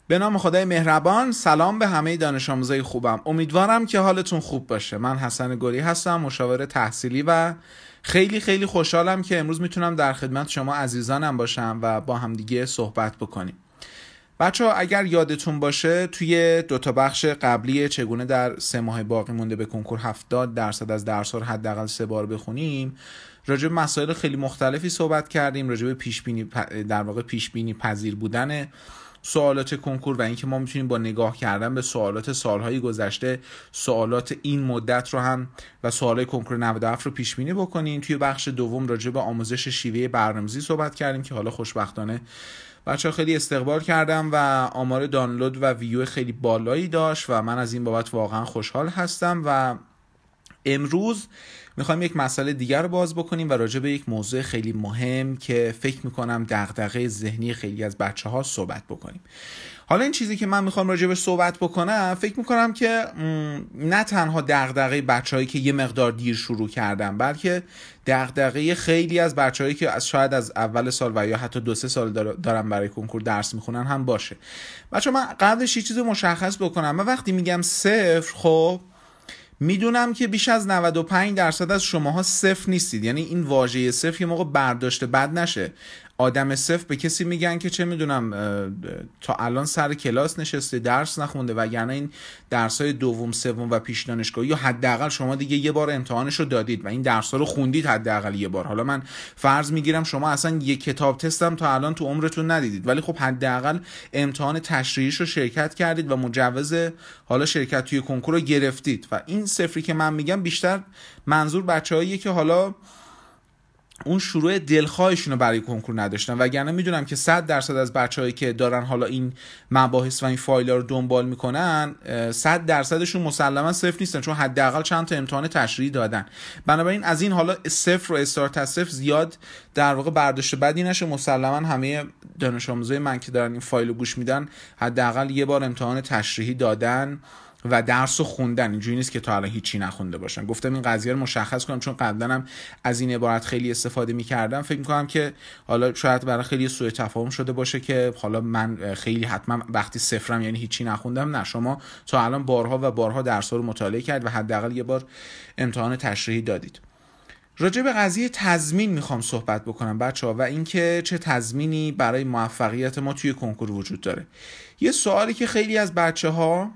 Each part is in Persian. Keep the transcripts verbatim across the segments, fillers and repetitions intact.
به نام خدای مهربان. سلام به همه دانش آموزای خوبم. امیدوارم که حالتون خوب باشه. من حسن گلی هستم، مشاور تحصیلی و خیلی خیلی خوشحالم که امروز میتونم در خدمت شما عزیزانم باشم و با همدیگه صحبت بکنیم. بچه ها اگر یادتون باشه توی دوتا بخش قبلی چگونه در سه ماه باقی مونده به کنکور هفتاد درصد از درس‌ها رو حداقل سه بار بخونیم، راجع به مسائل خیلی مختلفی صحبت کردیم، راجع به پیش بینی در واقع پیش بینی پذیر بودن سوالات کنکور و اینکه ما میتونیم با نگاه کردن به سوالات سالهای گذشته سوالات این مدت رو هم و سوالای کنکور نود و هفت رو پیش بینی بکنیم. توی بخش دوم راجع به آموزش شیوه برنامه‌ریزی صحبت کردیم که حالا خوشبختانه بچه‌ها خیلی استقبال کردم و آمار دانلود و ویو خیلی بالایی داشت و من از این بابت واقعا خوشحال هستم. و امروز میخوایم یک مسئله دیگر رو باز بکنیم و راجع به یک موضوع خیلی مهم که فکر میکنم دغدغه ذهنی خیلی از بچه ها صحبت بکنیم. حالا این چیزی که من میخوام راجع به صحبت بکنم فکر میکنم که نه تنها دغدغه بچه‌هایی که یه مقدار دیر شروع کردن، بلکه دغدغه خیلی از بچه‌هایی که از شاید از اول سال و یا حتی دو سه سال دارن برای کنکور درس میخونن هم باشه. بچه‌ها من قبلش یه چیزی مشخص بکنم. من وقتی میگم صفر، خب میدونم که بیش از نود و پنج درصد از شماها صفر نیستید. یعنی این واژه صفر یه موقع برداشت بد نشه. آدم صفر به کسی میگن که چه میدونم تا الان سر کلاس نشسته درس نخونده، وگرنه این درس‌های دوم سوم و پیش دانشگاهی یا حداقل شما دیگه یه بار امتحانش رو دادید و این درس‌ها رو خوندید حداقل یه بار. حالا من فرض میگیرم شما اصلا یک کتاب تستم تا الان تو عمرتون ندیدید، ولی خب حداقل امتحان تشریحیش رو شرکت کردید و مجوز حالا شرکت توی کنکور رو گرفتید. و این صفری که من میگم بیشتر منظور بچه‌هاییه که حالا اون شروع دلخواهشون رو برای کنکور نداشتن، وگرنه میدونم که صد درصد از بچه‌هایی که دارن حالا این مباحث و این فایل‌ها رو دنبال میکنن صد درصدشون مسلما صفر نیستن، چون حداقل چند تا امتحان تشریحی دادن. بنابراین از این حالا صفر و استارت از صفر زیاد در واقع برداشت بدی نشه. مسلما همه دانش آموزای من که دارن این فایل رو گوش میدن حداقل یه بار امتحان تشریحی دادن و درس رو خوندن. اینجوری نیست که تا الان هیچی نخونده باشن. گفتم این قضیه رو مشخص کنم چون قبلا هم از این عبارت خیلی استفاده می‌کردم. فکر می‌کنم که حالا شاید برای خیلی سوء تفاهم شده باشه که حالا من خیلی حتما وقتی صفرم یعنی هیچی نخوندم. نه، شما تا الان بارها و بارها درس‌ها رو مطالعه کرد و حداقل یه بار امتحان تشریحی دادید. راجع به قضیه تضمین میخوام صحبت بکنم بچه‌ها و اینکه چه تضمینی برای موفقیت ما توی کنکور وجود داره. یه سوالی که خیلی از بچه‌ها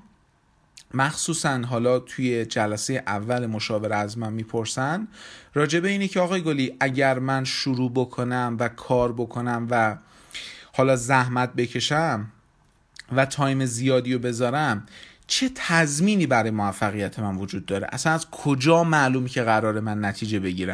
مخصوصا حالا توی جلسه اول مشاوره از من میپرسن راجع به اینه که آقای گلی اگر من شروع بکنم و کار بکنم و حالا زحمت بکشم و تایم زیادی رو بذارم چه تضمینی برای موفقیت من وجود داره؟ اصلا از کجا معلومی که قراره من نتیجه بگیرم؟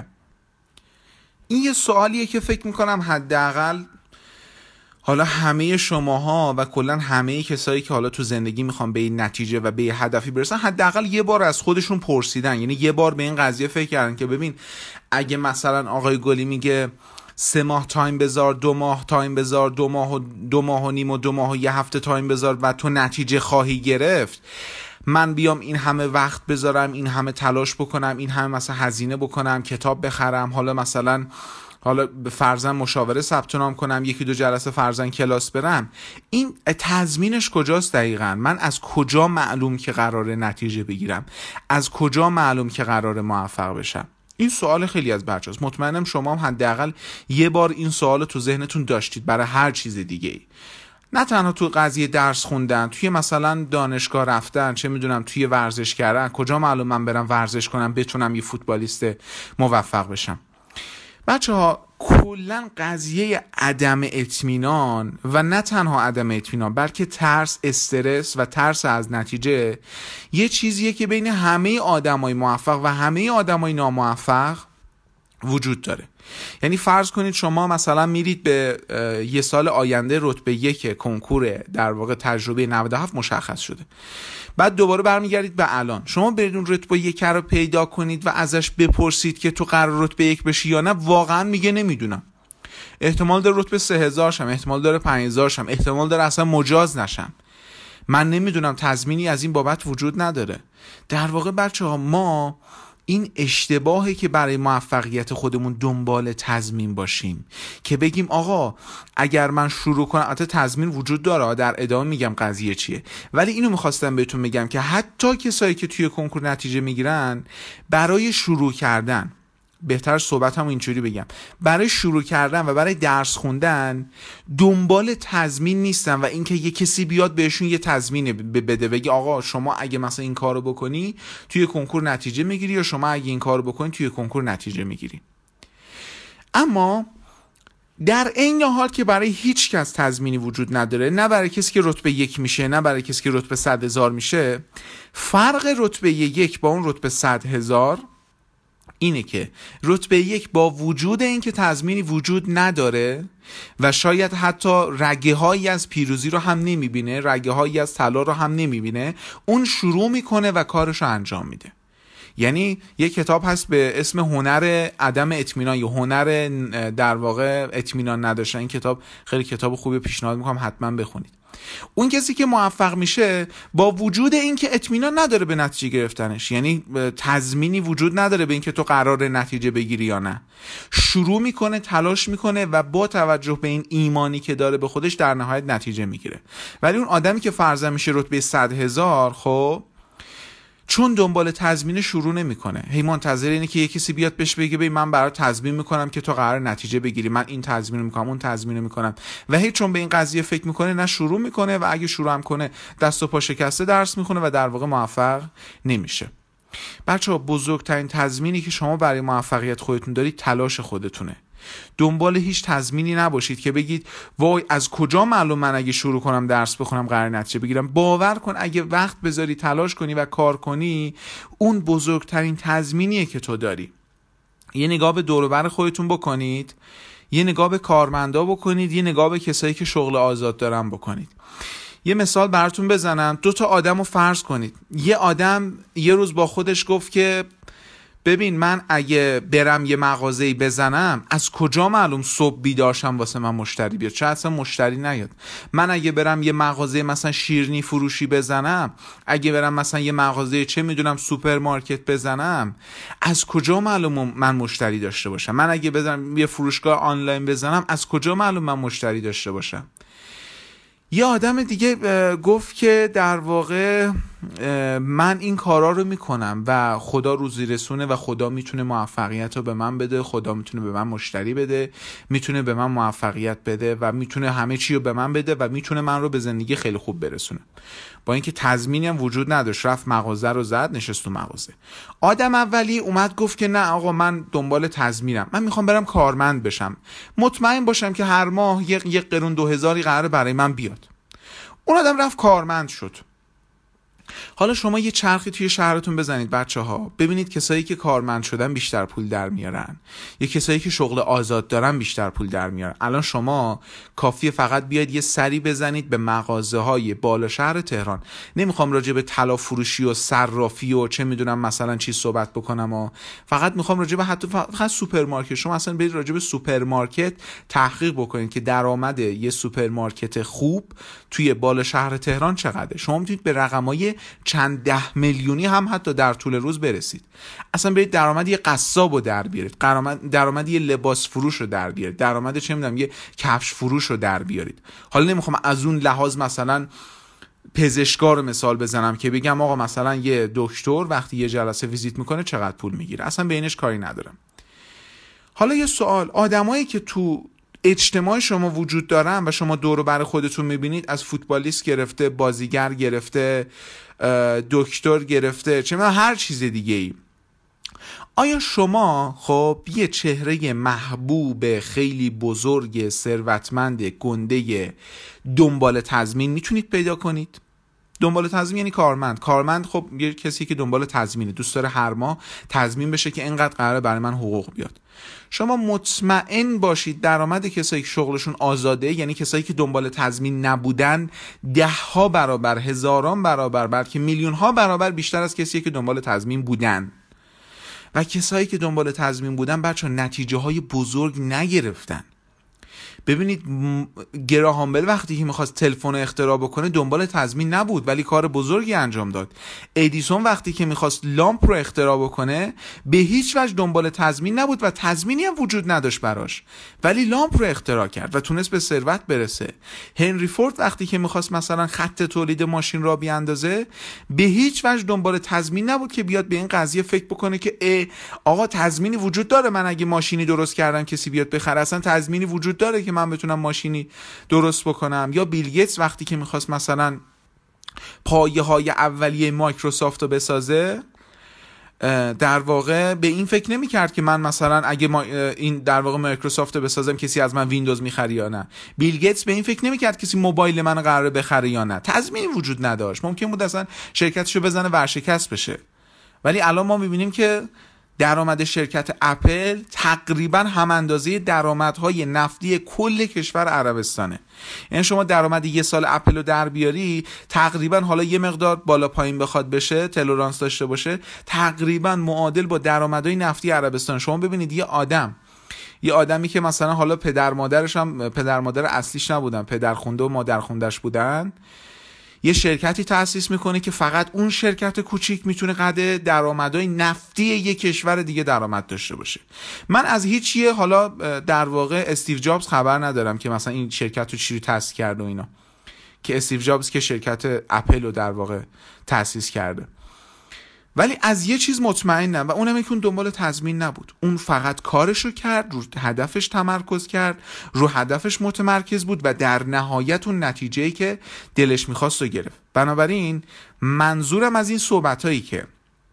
این یه سوالیه که فکر میکنم حداقل حالا همه شماها و کلا همه کسایی که حالا تو زندگی میخوان به این نتیجه و به این هدفی برسن حداقل یه بار از خودشون پرسیدن. یعنی یه بار به این قضیه فکر کردن که ببین اگه مثلا آقای گلی میگه سه ماه تایم بذار، دو ماه تایم بذار، دو ماه و دو ماه و نیم و دو ماه و یه هفته تایم بذار و تو نتیجه خواهی گرفت، من بیام این همه وقت بذارم، این همه تلاش بکنم، این همه مثلا هزینه بکنم، کتاب بخرم، حالا مثلا حالا فرضاً مشاوره ثبت نام کنم، یکی دو جلسه فرضاً کلاس برم، این تضمینش کجاست دقیقاً؟ من از کجا معلوم که قراره نتیجه بگیرم؟ از کجا معلوم که قراره موفق بشم؟ این سوال خیلی از بچه‌هاست. مطمئنم شما هم حداقل یه بار این سوال تو ذهنتون داشتید برای هر چیز دیگه‌ای. نه تنها تو قضیه درس خوندن، توی مثلا دانشگاه رفتن، چه میدونم توی ورزش کردن، کجا معلوم من برم ورزش کنم بتونم یه فوتبالیست موفق بشم؟ بچه ها کلن قضیه عدم اطمینان و نه تنها عدم اطمینان بلکه ترس، استرس و ترس از نتیجه یه چیزیه که بین همه آدمای موفق و همه آدمای ناموفق وجود داره. یعنی فرض کنید شما مثلا میرید به یه سال آینده رتبه یک کنکور در واقع تجربه نود و هفت مشخص شده، بعد دوباره برمیگردید به الان، شما برید اون رتبه یک رو پیدا کنید و ازش بپرسید که تو قرار رتبه یک بشی یا نه، واقعا میگه نمیدونم. احتمال داره رتبه سه هزار شم، احتمال داره پنج هزار شم، احتمال داره اصلا مجاز نشم. من نمیدونم، تضمینی از این بابت وجود نداره. در واقع بچه ها ما این اشتباهه که برای موفقیت خودمون دنبال تضمین باشیم که بگیم آقا اگر من شروع کنم، البته تضمین وجود داره، در ادامه میگم قضیه چیه، ولی اینو میخواستم بهتون بگم که حتی کسایی که توی کنکور نتیجه میگیرن برای شروع کردن، بهتر صحبتمو اینجوری بگم، برای شروع کردن و برای درس خوندن دنبال تضمین نیستن و اینکه یه کسی بیاد بهشون یه تضمین بده، بگی آقا شما اگه مثلا این کارو بکنی توی کنکور نتیجه میگیری، یا شما اگه این کارو بکنی توی کنکور نتیجه میگیری. اما در این حال که برای هیچ کس تضمینی وجود نداره، نه برای کسی که رتبه یک میشه، نه برای کسی که رتبه صد هزار میشه، فرق رتبه یک با اون رتبه صد هزار اینه که رتبه یک با وجود این که تضمینی وجود نداره و شاید حتی رگه هایی از پیروزی رو هم نمیبینه، رگه هایی از طلا رو هم نمیبینه، اون شروع میکنه و کارش رو انجام میده. یعنی یک کتاب هست به اسم هنر عدم اطمینان یا هنر در واقع اطمینان نداشتن. این کتاب خیلی کتاب خوبی، پیشنهاد میکنم حتما بخونید. اون کسی که موفق میشه با وجود این که اطمینان نداره به نتیجه گرفتنش، یعنی تضمینی وجود نداره به این که تو قراره نتیجه بگیری یا نه، شروع میکنه، تلاش میکنه و با توجه به این ایمانی که داره به خودش در نهایت نتیجه میگیره. ولی اون آدمی که فرضاً میشه رتبه صد هزار، خب چون دنبال تضمین شروع نمیکنه، هی منتظر اینه که یه کسی بیاد بهش بگه ببین من برات تضمین میکنم که تو قرار نتیجه بگیری، من این تضمین میکنم اون تضمین میکنم، و هی چون به این قضیه فکر میکنه نه شروع میکنه، و اگه شروع هم کنه دست و پا شکسته درس میخونه و در واقع موفق نمیشه. بچه‌ها بزرگترین تضمینی که شما برای موفقیت خودتون دارید تلاش خودتونه. دنبال هیچ تضمینی نباشید که بگید وای از کجا معلوم من اگه شروع کنم درس بخونم قرار نتیجه بگیرم. باور کن اگه وقت بذاری، تلاش کنی و کار کنی، اون بزرگترین تضمینیه که تو داری. یه نگاه به دور و بر خودتون بکنید، یه نگاه به کارمندا بکنید، یه نگاه به کسایی که شغل آزاد دارن بکنید. یه مثال براتون بزنم. دو تا آدمو فرض کنید. یه آدم یه روز با خودش گفت که ببین من اگه برم یه مغازه‌ای بزنم، از کجا معلوم صبح بیدارشم واسه من مشتری بیاد، چه اصلا مشتری نیاد. من اگه برم یه مغازه مثلا شیرینی فروشی بزنم، اگه برم مثلا یه مغازه چه میدونم سوپرمارکت بزنم، از کجا معلوم من مشتری داشته باشم. من اگه بزنم یه فروشگاه آنلاین بزنم، از کجا معلوم من مشتری داشته باشم. یه آدم دیگه گفت که در واقع من این کارا رو میکنم و خدا روزی رسونه و خدا میتونه موفقیت رو به من بده، خدا میتونه به من مشتری بده، میتونه به من موفقیت بده و میتونه همه چی رو به من بده و میتونه من رو به زندگی خیلی خوب برسونه. با اینکه تضمینی هم وجود نداشت، رفت مغازه رو زد، نشست تو مغازه. آدم اولی اومد گفت که نه آقا من دنبال تضمینم، من میخوام برم کارمند بشم، مطمئن باشم که هر ماه یک یک قرون دو هزاری قراره برای من بیاد. اون آدم رفت کارمند شد. حالا شما یه چرخی توی شهرتون بزنید بچه ها، ببینید کسایی که کارمند شدن بیشتر پول در میارن یا کسایی که شغل آزاد دارن بیشتر پول در میارن. الان شما کافیه فقط بیاید یه سری بزنید به مغازه های بالا شهر تهران. نمیخوام راجع به طلا فروشی و صرافی و چه میدونم مثلا چی صحبت بکنم، و فقط میخوام راجع به حتی فقط سوپرمارکت. شما اصلا برید راجع به سوپرمارکت تحقیق بکنید که درآمد یه سوپرمارکت خوب توی بالا شهر تهران چقدره. شما میتونید به رقمای چند ده میلیونی هم حتی در طول روز برسید. اصلا برید درآمد یه قصاب رو در بیارید، درآمد یه لباس فروش رو در بیارید، درآمد چه میدونم یه کفش فروش رو در بیارید. حالا نمیخوام از اون لحاظ مثلا پزشکار رو مثال بزنم که بگم آقا مثلا یه دکتر وقتی یه جلسه ویزیت میکنه چقدر پول میگیره، اصلا بینش کاری ندارم. حالا یه سوال، آدمایی که تو اجتماع شما وجود دارن و شما دور و بر خودتون میبینید، از فوتبالیست گرفته، بازیگر گرفته، دکتر گرفته، چه من هر چیز دیگه ای، آیا شما خب یه چهره محبوب خیلی بزرگ ثروتمند گنده دنبال تضمین میتونید پیدا کنید؟ دنبال تضمین یعنی کارمند. کارمند خب یه کسی که دنبال تضمینه، دوست داره هر ماه تضمین بشه که اینقدر قراره برای من حقوق بیاد. شما مطمئن باشید درآمد کسایی که شغلشون آزاده، یعنی کسایی که دنبال تضمین نبودن، ده ها برابر، هزاران برابر، بلکه میلیون ها برابر بیشتر از کسی که دنبال تضمین بودن. و کسایی که دنبال تضمین بودن بچه نتیجه های بزرگ نگرفتن. ببینید گراهام بل وقتی که میخواست تلفن رو اختراع بکنه دنبال تضمین نبود ولی کار بزرگی انجام داد. ادیسون وقتی که میخواست لامپ رو اختراع بکنه به هیچ وجه دنبال تضمین نبود و تضمینی هم وجود نداشت براش ولی لامپ رو اختراع کرد و تونست به ثروت برسه. هنری فورد وقتی که میخواست مثلا خط تولید ماشین را بیاندازه به هیچ وجه دنبال تضمین نبود که بیاد به این قضیه فکر بکنه که ای آقا تضمینی وجود داره من اگه ماشینی درست کردم کسی بیاد بخره، اصلا تضمینی وجود داره که من بتونم ماشینی درست بکنم. یا بیل گیتس وقتی که میخواست مثلا پایه های اولیه مایکروسافت رو بسازه در واقع به این فکر نمی کرد که من مثلا اگه ما این در واقع مایکروسافت رو بسازم کسی از من ویندوز میخره یا نه. بیل گیتس به این فکر نمی کرد کسی موبایل من قراره بخره یا نه. تضمینی وجود نداشت، ممکن بود اصلا شرکتشو بزنه ورشکست بشه. ولی الان ما میبینیم که درآمد شرکت اپل تقریبا هم اندازه درآمدهای نفتی کل کشور عربستانه. یعنی شما درآمد یه سال اپل رو در بیاری تقریبا، حالا یه مقدار بالا پایین بخواد بشه تلرانس داشته باشه، تقریبا معادل با درآمدهای نفتی عربستان. شما ببینید یه آدم یه آدمی که مثلا حالا پدر مادرش هم پدر مادر اصلیش نبودن، پدر خونده و مادر خوندهش بودن، یه شرکتی تأسیس میکنه که فقط اون شرکت کوچیک میتونه قدر درآمدهای نفتی یک کشور دیگه درآمد داشته باشه. من از هیچ یه حالا در واقع استیو جابز خبر ندارم که مثلا این شرکت رو چی رو تأسیس کرده و اینا، که استیو جابز که شرکت اپل رو در واقع تأسیس کرده، ولی از یه چیز مطمئنم و اونم اینه که اون دنبال تضمین نبود. اون فقط کارش رو کرد، رو هدفش تمرکز کرد، رو هدفش متمرکز بود و در نهایت اون نتیجه‌ای که دلش می‌خواست رو گرفت. بنابراین منظورم از این صحبتایی که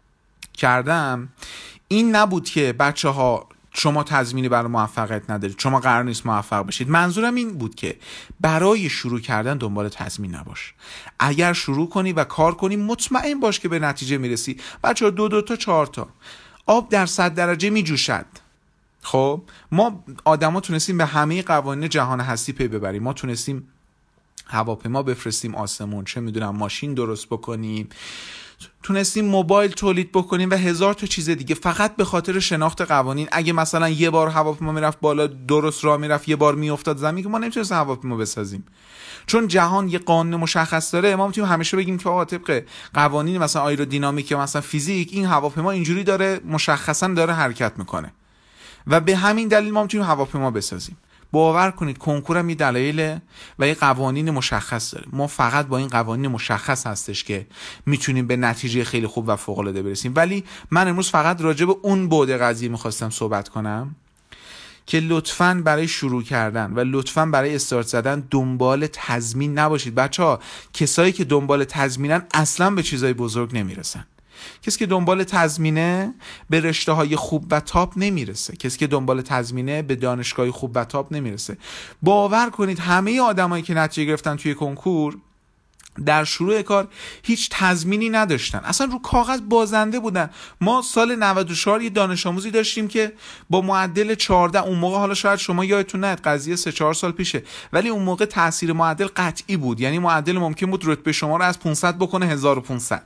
کردم این نبود که بچه‌ها شما تضمینی برای موفقیت ندارید، شما قرار نیست موفق بشید. منظورم این بود که برای شروع کردن دنبال تضمین نباش. اگر شروع کنی و کار کنی مطمئن باش که به نتیجه میرسی. بچه‌ها دو دو تا چهار تا آب در صد درجه میجوشد. خب ما آدما تونستیم به همه قوانین جهان هستی پی ببریم. ما تونستیم هواپیما بفرستیم آسمون، چه میدونم ماشین درست بکنیم، تونستیم موبایل تولید بکنیم و هزار تا چیز دیگه، فقط به خاطر شناخت قوانین. اگه مثلا یه بار هواپیما میرفت بالا درست راه میرفت، یه بار میافتاد زمین، که ما نمیتونستیم هواپیما بسازیم. چون جهان یه قانون مشخص داره. ما میتونیم همیشه بگیم که آقا طبق قوانین مثلا آیرودینامیک یا مثلا فیزیک این هواپیما اینجوری داره مشخصا داره حرکت میکنه و به همین دلیل ما میتونیم هواپیما بسازیم. باور کنید کنکورم یه دلایل و یه قوانین مشخص داره. ما فقط با این قوانین مشخص هستش که میتونیم به نتیجه خیلی خوب و فوق العاده برسیم. ولی من امروز فقط راجع به اون بعد قضیه میخواستم صحبت کنم که لطفاً برای شروع کردن و لطفاً برای استارت زدن دنبال تضمین نباشید. بچه‌ها کسایی که دنبال تضمینن اصلاً به چیزای بزرگ نمیرسن. کسی که دنبال تضمینه به رشته های خوب و تاپ نمیرسه. کسی که دنبال تضمینه به دانشگاه خوب و تاپ نمیرسه. باور کنید همه آدمایی که نتیجه گرفتن توی کنکور در شروع کار هیچ تضمینی نداشتن، اصلا رو کاغذ بازنده بودن. ما سال نود و چهار یه دانش آموزی داشتیم که با معدل چهارده، اون موقع حالا شاید شما یادتون ناد قضیه سه چهار سال پیشه، ولی اون موقع تاثیر معدل قطعی بود. یعنی معدل ممکن بود رتبه شما رو از پانصد بکنه هزار و پانصد.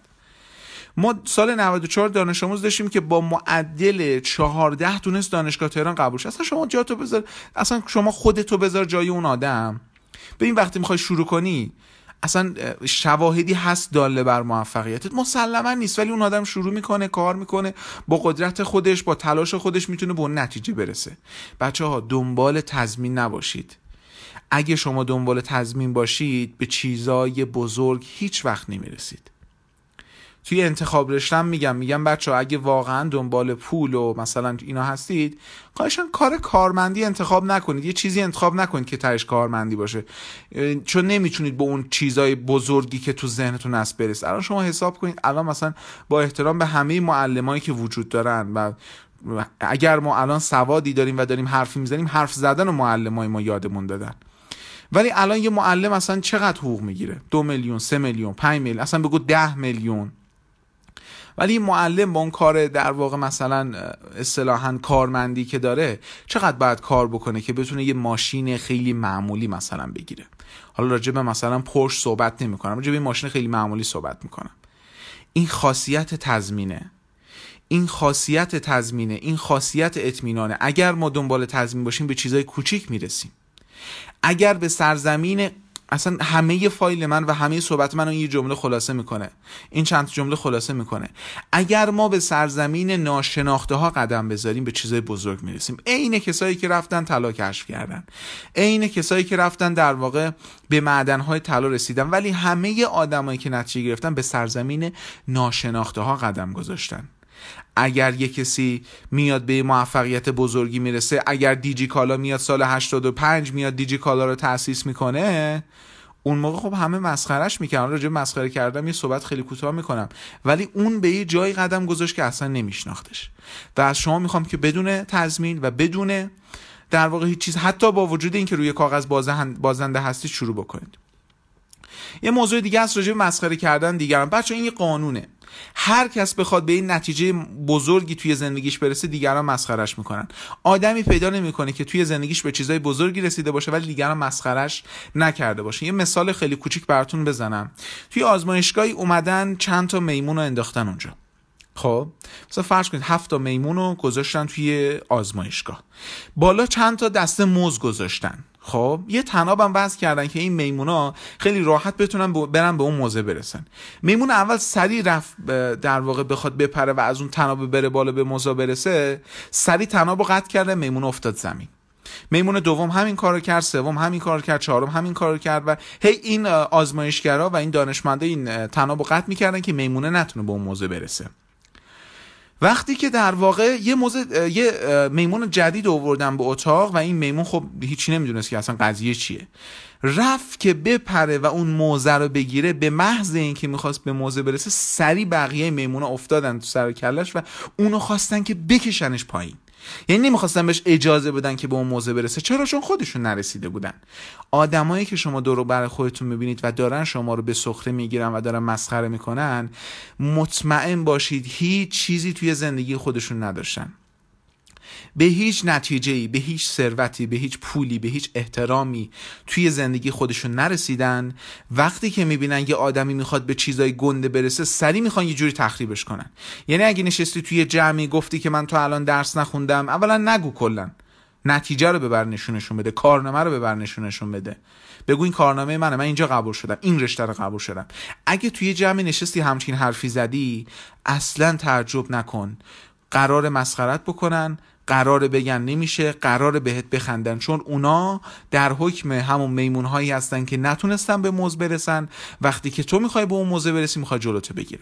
ما سال نود و چهار دانش آموز داشتیم که با معدل چهارده تونست دانشگاه تهران قبول شه. اصلا شما جاتو بذار، اصلا شما خودتو بذار جای اون آدم. ببین وقتی میخوای شروع کنی اصلا شواهدی هست داله بر موفقیتت؟ مسلما نیست، ولی اون آدم شروع میکنه، کار میکنه، با قدرت خودش، با تلاش خودش میتونه به اون نتیجه برسه. بچه‌ها دنبال تضمین نباشید. اگه شما دنبال تضمین باشید به چیزای بزرگ هیچ وقت نمیرسید. توی انتخاب رشتم میگم میگم بچه‌ها اگه واقعا دنبال پول و مثلا اینا هستید، خواهشاً کار کارمندی انتخاب نکنید. یه چیزی انتخاب نکنید که تهش کارمندی باشه، چون نمیتونید به اون چیزای بزرگی که تو ذهنتون هست برسید. الان شما حساب کنید، الان مثلا با احترام به همه معلمایی که وجود دارن و اگر ما الان سوادی داریم و داریم حرفی میزنیم، حرف زدن و معلمای ما یادمون دادن، ولی الان یه معلم مثلا چقدر حقوق میگیره؟ دو میلیون، سه میلیون، پنج میلیون، اصلا بگو ده میلیون. ولی معلم با اون کار در واقع مثلا اصطلاحاً کارمندی که داره چقدر باید کار بکنه که بتونه یه ماشین خیلی معمولی مثلا بگیره؟ حالا راجع به مثلا پورش صحبت نمی کنم، راجع به ماشین خیلی معمولی صحبت میکنم. این خاصیت تضمینه، این خاصیت تضمینه، این خاصیت اطمینانه. اگر ما دنبال تضمین باشیم به چیزای کوچیک میرسیم. اگر به سرزمین، اصلا همه فایل من و همه صحبت من رو یه جمله خلاصه میکنه، این چند جمله خلاصه میکنه: اگر ما به سرزمین ناشناخته ها قدم بذاریم به چیزای بزرگ میرسیم. عین کسایی که رفتن طلا کشف کردن، عین کسایی که رفتن در واقع به معدن‌های طلا رسیدن، ولی همه آدمایی که نتیجه گرفتن به سرزمین ناشناخته ها قدم گذاشتن. اگر یک کسی میاد به موفقیت بزرگی میرسه، اگر دیجی کالا میاد سال هشتاد و پنج میاد دیجی کالا رو تأسیس میکنه، اون موقع خب همه مسخرهش میکنن. راجع به مسخره کردم یه صحبت خیلی کوتاه میکنم، ولی اون به یه جایی قدم گذاشت که اصلا نمیشناختش و از شما میخوام که بدون تضمین و بدون در واقع هیچ چیز، حتی با وجود این که روی کاغذ بازنده هستید، شروع بکنید. یه موضوع دیگه است راجع به مسخره کردن دیگران. بچه این یه قانونه، هر کس بخواد به این نتیجه بزرگی توی زندگیش برسه دیگران مسخرش میکنن. آدمی پیدا نمیکنه که توی زندگیش به چیزای بزرگی رسیده باشه ولی دیگران مسخرش نکرده باشه. یه مثال خیلی کوچیک براتون بزنم. توی آزمایشگاهی اومدن چند تا میمون رو انداختن اونجا. خب مثلا فرض کنید هفت تا میمون رو گذاشتن توی آزمایشگاه، بالا چند تا دسته موز گذاشتن. خب یه طناب هم وضع کردن که این میمونا خیلی راحت بتونن برن به اون موزه برسن. میمون اول سریع رفت در واقع بخواد بپره و از اون طناب بره بالا به موزه برسه، سریع طنابو قطع کرده، میمون افتاد زمین. میمون دوم همین کارو کرد، سوم همین کارو کرد، چهارم همین کارو کرد و هی این آزمایشگرا و این دانشمندا این طنابو قطع میکردن که میمونه نتونه به اون موزه برسه. وقتی که در واقع یه موزه یه میمون جدید آوردن به اتاق و این میمون خب هیچی نمیدونست که اصلا قضیه چیه، رفت که بپره و اون موزه رو بگیره، به محض اینکه میخواست به موزه برسه سری بقیه میمونا افتادن تو سر کلش و اونو خواستن که بکشنش پایین. یعنی نمیخواستن بهش اجازه بدن که به اون موزه برسه. چرا؟ چون خودشون نرسیده بودن. آدمایی که شما دور و بر خودتون میبینید و دارن شما رو به سخره میگیرن و دارن مسخره میکنن، مطمئن باشید هیچ چیزی توی زندگی خودشون نداشتن، به هیچ نتیجه‌ای، به هیچ ثروتی، به هیچ پولی، به هیچ احترامی توی زندگی خودشون نرسیدن. وقتی که میبینن یه آدمی میخواد به چیزای گنده برسه، سری میخوان یه جوری تخریبش کنن. یعنی اگه نشستی توی جمعی گفتی که من تا الان درس نخوندم، اولا نگو، کلا نتیجه رو ببر نشونشون بده، کارنامه رو ببر نشونشون بده، بگو این کارنامه منه، من اینجا قبول شدم، این رشته رو قبول شدم. اگه توی جمعی نشستی همچین حرفی زدی، اصلا تعجب نکن، قرار مسخرت بکنن، قراره بگن نمیشه، قراره بهت بخندن، چون اونا در حکم همون میمونهایی هستن که نتونستن به موز برسن. وقتی که تو میخوای به اون موزه برسی، میخوای جلوتو بگیرن.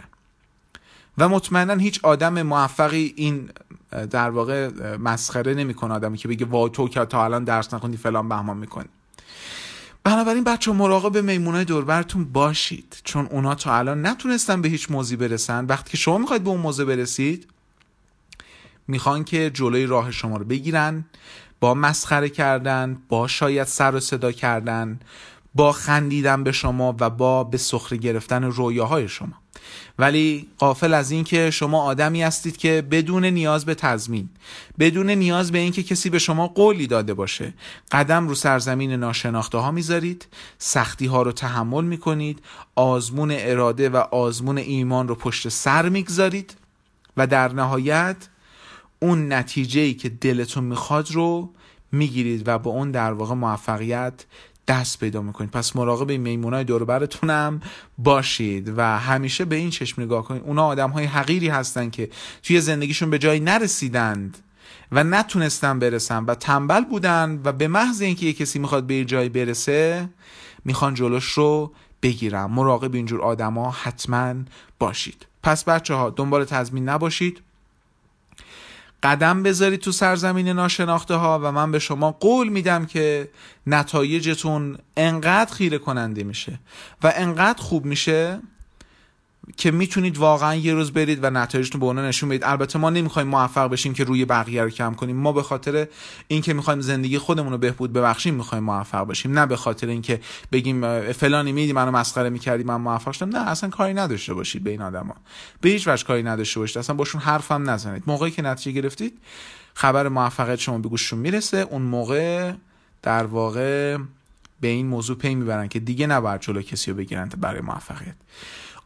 و مطمئنا هیچ آدم موفقی این در واقع مسخره نمیکنه، آدمی که بگه وای تو که تا الان درس نخوندی فلان بهمان میکنی. بنابراین بچه مراقب میمونای دوربرتون باشید، چون اونا تا الان نتونستن به هیچ موزی برسن. وقتی که شما میخواید به اون موزه برسید، میخوان که جلوی راه شما رو بگیرن، با مسخره کردن، با شاید سر و صدا کردن، با خندیدن به شما و با به سخره گرفتن رویاهای شما. ولی غافل از این که شما آدمی هستید که بدون نیاز به تضمین، بدون نیاز به این که کسی به شما قولی داده باشه، قدم رو سرزمین ناشناخته ها میذارید، سختی ها رو تحمل میکنید، آزمون اراده و آزمون ایمان رو پشت سر میگذارید و در نهایت اون نتیجه‌ای که دلتون میخواد رو میگیرید و با اون در واقع موفقیت دست پیدا میکنید. پس مراقب این میمونای دور و برتونم باشید و همیشه به این چشم نگاه کنید. اونا آدم‌های حقیری هستن که توی زندگیشون به جایی نرسیدند و نتونستن برسن و تنبل بودن و به محض اینکه یک کسی میخواد به جایی برسه، میخوان جلوش رو بگیرن. مراقب اینجور آدما حتما باشید. پس بچه‌ها دنبال تضمین نباشید، قدم بذارید تو سرزمین ناشناخته ها و من به شما قول میدم که نتایجتون انقدر خیره کننده میشه و انقدر خوب میشه که میتونید واقعا یه روز برید و نتایجتون به اونا نشون بدید. البته ما نمیخوایم موفق بشیم که روی بقیه رو کم کنیم، ما به خاطر اینکه میخوایم زندگی خودمون رو بهبود ببخشیم میخوایم موفق بشیم، نه به خاطر اینکه بگیم فلانی میدی منو مسخره میکردی من موفق شدم. نه، اصلا کاری نداشته باشید به این آدما، به هیچ وجه کاری نداشته باشید، اصلا باشون حرفم نزنید. موقعی که نتیجه گرفتید خبر موفقیت شما به گوششون میرسه، اون موقع در واقع به این موضوع پی میبرن که دیگه نباید جلوی کسی رو بگیرن برای موفقیت.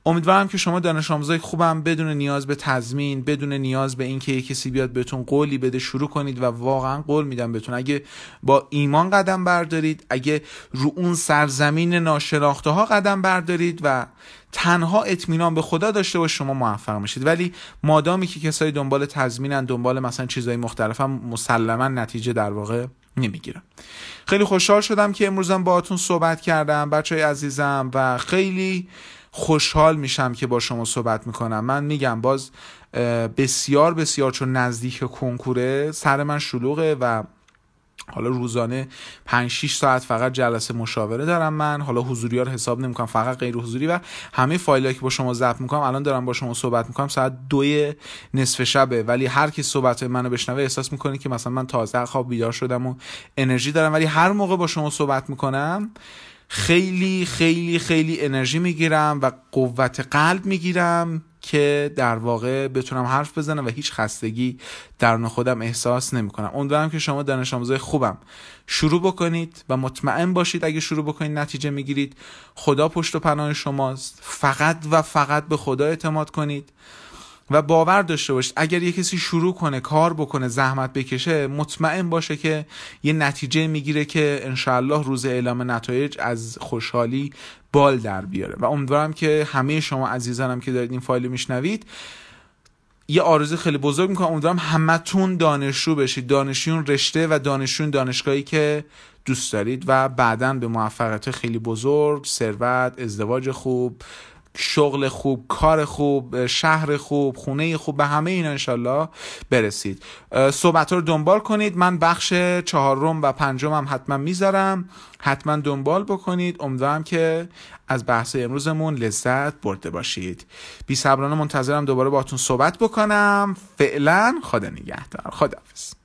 امیدوارم که شما دانش آموزای خوبم بدون نیاز به تضمین، بدون نیاز به این که یک کسی بیاد بهتون قولی بده شروع کنید و واقعا قول میدم بهتون اگه با ایمان قدم بردارید، اگه رو اون سرزمین ناشناخته ها قدم بردارید و تنها اطمینان به خدا داشته باش شما موفق میشید. ولی مادامی که کسایی دنبال تضمینن، دنبال مثلا چیزای مختلفن، مسلما نتیجه در واقع نمیگیرم. خیلی خوشحال شدم که امروزم باهاتون صحبت کردم بچهای عزیزم و خیلی خوشحال میشم که با شما صحبت میکنم. من میگم باز بسیار بسیار چون نزدیک کنکوره سر من شلوغه و حالا روزانه پنج شش ساعت فقط جلسه مشاوره دارم من. حالا حضوری ها رو حساب نمیکنم، فقط غیر حضوری و همه فایلایی که با شما ضبط میکنم الان دارم با شما صحبت میکنم ساعت دو نصف شبه، ولی هر کی صحبت منو بشنوه احساس میکنه که مثلا من تازه خواب بیدار شدم و انرژی دارم. ولی هر موقع با شما صحبت میکنم خیلی خیلی خیلی انرژی میگیرم و قوت قلب میگیرم که در واقع بتونم حرف بزنم و هیچ خستگی درون خودم احساس نمیکنم. امیدوارم که شما دانش آموزای خوبم شروع بکنید و مطمئن باشید اگه شروع بکنید نتیجه میگیرید. خدا پشت و پناه شماست، فقط و فقط به خدا اعتماد کنید و باور داشته باشید اگر یه کسی شروع کنه کار بکنه زحمت بکشه مطمئن باشه که یه نتیجه میگیره که انشاءالله روز اعلام نتایج از خوشحالی بال در بیاره. و امیدوارم که همه شما عزیزانم که دارید این فایل میشنوید یه آرزوی خیلی بزرگ میکنم، امیدوارم همتون دانشجو بشید، دانشجویون رشته و دانشجویون دانشگاهی که دوست دارید و بعداً به موفقیت خیلی بزرگ، ثروت، ازدواج خوب، شغل خوب، کار خوب، شهر خوب، خونه خوب، به همه اینا انشالله برسید. صحبت رو دنبال کنید. من بخش چهارم و پنجم هم حتما میذارم، حتما دنبال بکنید. امیدوارم که از بحث امروزمون لذت برده باشید. بی صبرانه منتظرم دوباره باهاتون صحبت بکنم. فعلا خدا نگهدار. خداحافظ.